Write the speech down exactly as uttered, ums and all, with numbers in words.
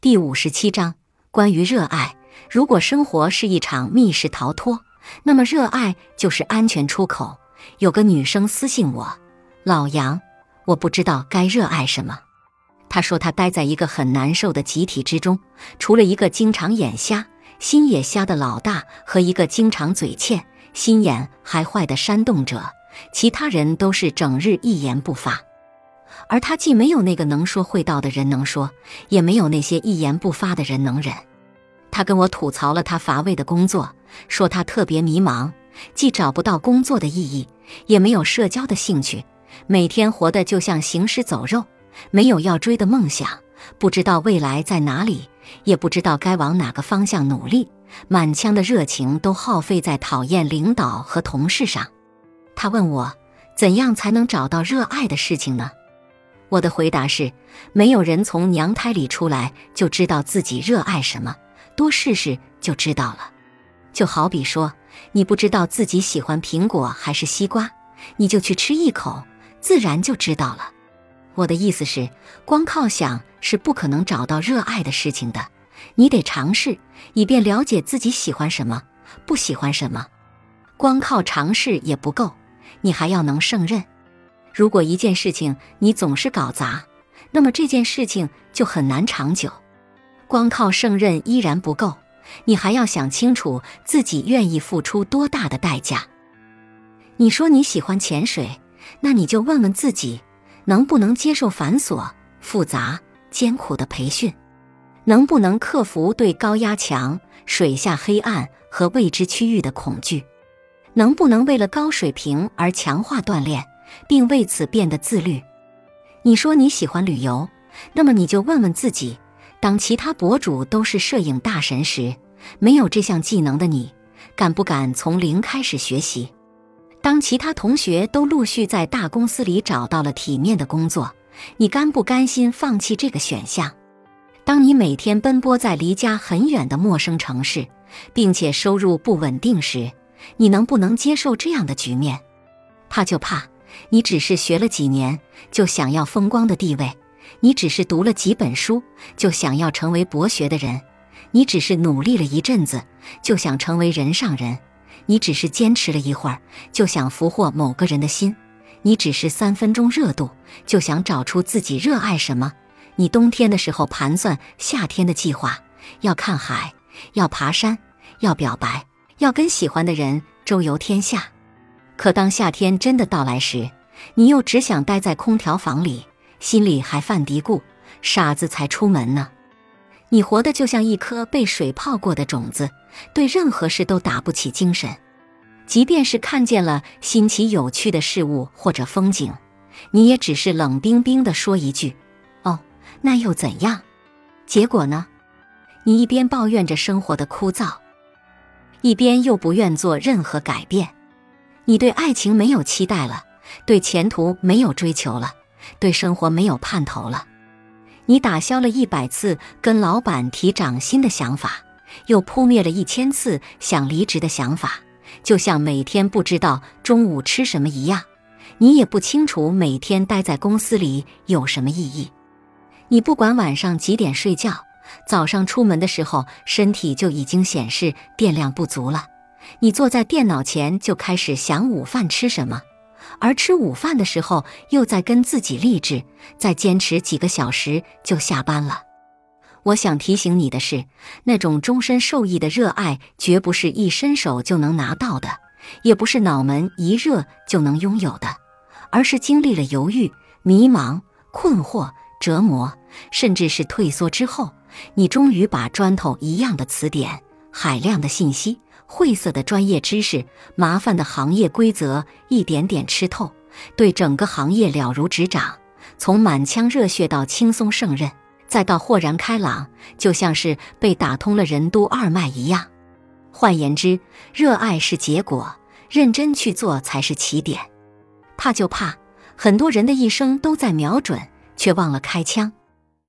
第五十七章，关于热爱。如果生活是一场密室逃脱，那么热爱就是安全出口。有个女生私信我，老杨，我不知道该热爱什么。她说她待在一个很难受的集体之中，除了一个经常眼瞎、心也瞎的老大和一个经常嘴欠、心眼还坏的煽动者，其他人都是整日一言不发。而他既没有那个能说会道的人能说，也没有那些一言不发的人能忍。他跟我吐槽了他乏味的工作，说他特别迷茫，既找不到工作的意义，也没有社交的兴趣，每天活得就像行尸走肉，没有要追的梦想，不知道未来在哪里，也不知道该往哪个方向努力，满腔的热情都耗费在讨厌领导和同事上。他问我，怎样才能找到热爱的事情呢？我的回答是，没有人从娘胎里出来就知道自己热爱什么，多试试就知道了。就好比说，你不知道自己喜欢苹果还是西瓜，你就去吃一口，自然就知道了。我的意思是，光靠想是不可能找到热爱的事情的，你得尝试，以便了解自己喜欢什么，不喜欢什么。光靠尝试也不够，你还要能胜任。如果一件事情你总是搞砸，那么这件事情就很难长久。光靠胜任依然不够，你还要想清楚自己愿意付出多大的代价。你说你喜欢潜水，那你就问问自己，能不能接受繁琐、复杂、艰苦的培训？能不能克服对高压墙、水下黑暗和未知区域的恐惧？能不能为了高水平而强化锻炼，并为此变得自律？你说你喜欢旅游，那么你就问问自己，当其他博主都是摄影大神时，没有这项技能的你，敢不敢从零开始学习？当其他同学都陆续在大公司里找到了体面的工作，你甘不甘心放弃这个选项？当你每天奔波在离家很远的陌生城市，并且收入不稳定时，你能不能接受这样的局面？怕就怕你只是学了几年就想要风光的地位，你只是读了几本书就想要成为博学的人，你只是努力了一阵子就想成为人上人，你只是坚持了一会儿就想俘获某个人的心，你只是三分钟热度就想找出自己热爱什么。你冬天的时候盘算夏天的计划，要看海，要爬山，要表白，要跟喜欢的人周游天下。可当夏天真的到来时，你又只想待在空调房里，心里还犯嘀咕，傻子才出门呢。你活得就像一颗被水泡过的种子，对任何事都打不起精神。即便是看见了新奇有趣的事物或者风景，你也只是冷冰冰地说一句，哦，那又怎样？结果呢？你一边抱怨着生活的枯燥，一边又不愿做任何改变。你对爱情没有期待了，对前途没有追求了，对生活没有盼头了。你打消了一百次跟老板提涨薪的想法，又扑灭了一千次想离职的想法，就像每天不知道中午吃什么一样，你也不清楚每天待在公司里有什么意义。你不管晚上几点睡觉，早上出门的时候身体就已经显示电量不足了。你坐在电脑前就开始想午饭吃什么，而吃午饭的时候又在跟自己励志，再坚持几个小时就下班了。我想提醒你的是，那种终身受益的热爱绝不是一伸手就能拿到的，也不是脑门一热就能拥有的，而是经历了犹豫、迷茫、困惑、折磨，甚至是退缩之后，你终于把砖头一样的词典、海量的信息、晦涩的专业知识、麻烦的行业规则一点点吃透，对整个行业了如指掌，从满腔热血到轻松胜任，再到豁然开朗，就像是被打通了任督二脉一样。换言之，热爱是结果，认真去做才是起点。怕就怕很多人的一生都在瞄准，却忘了开枪。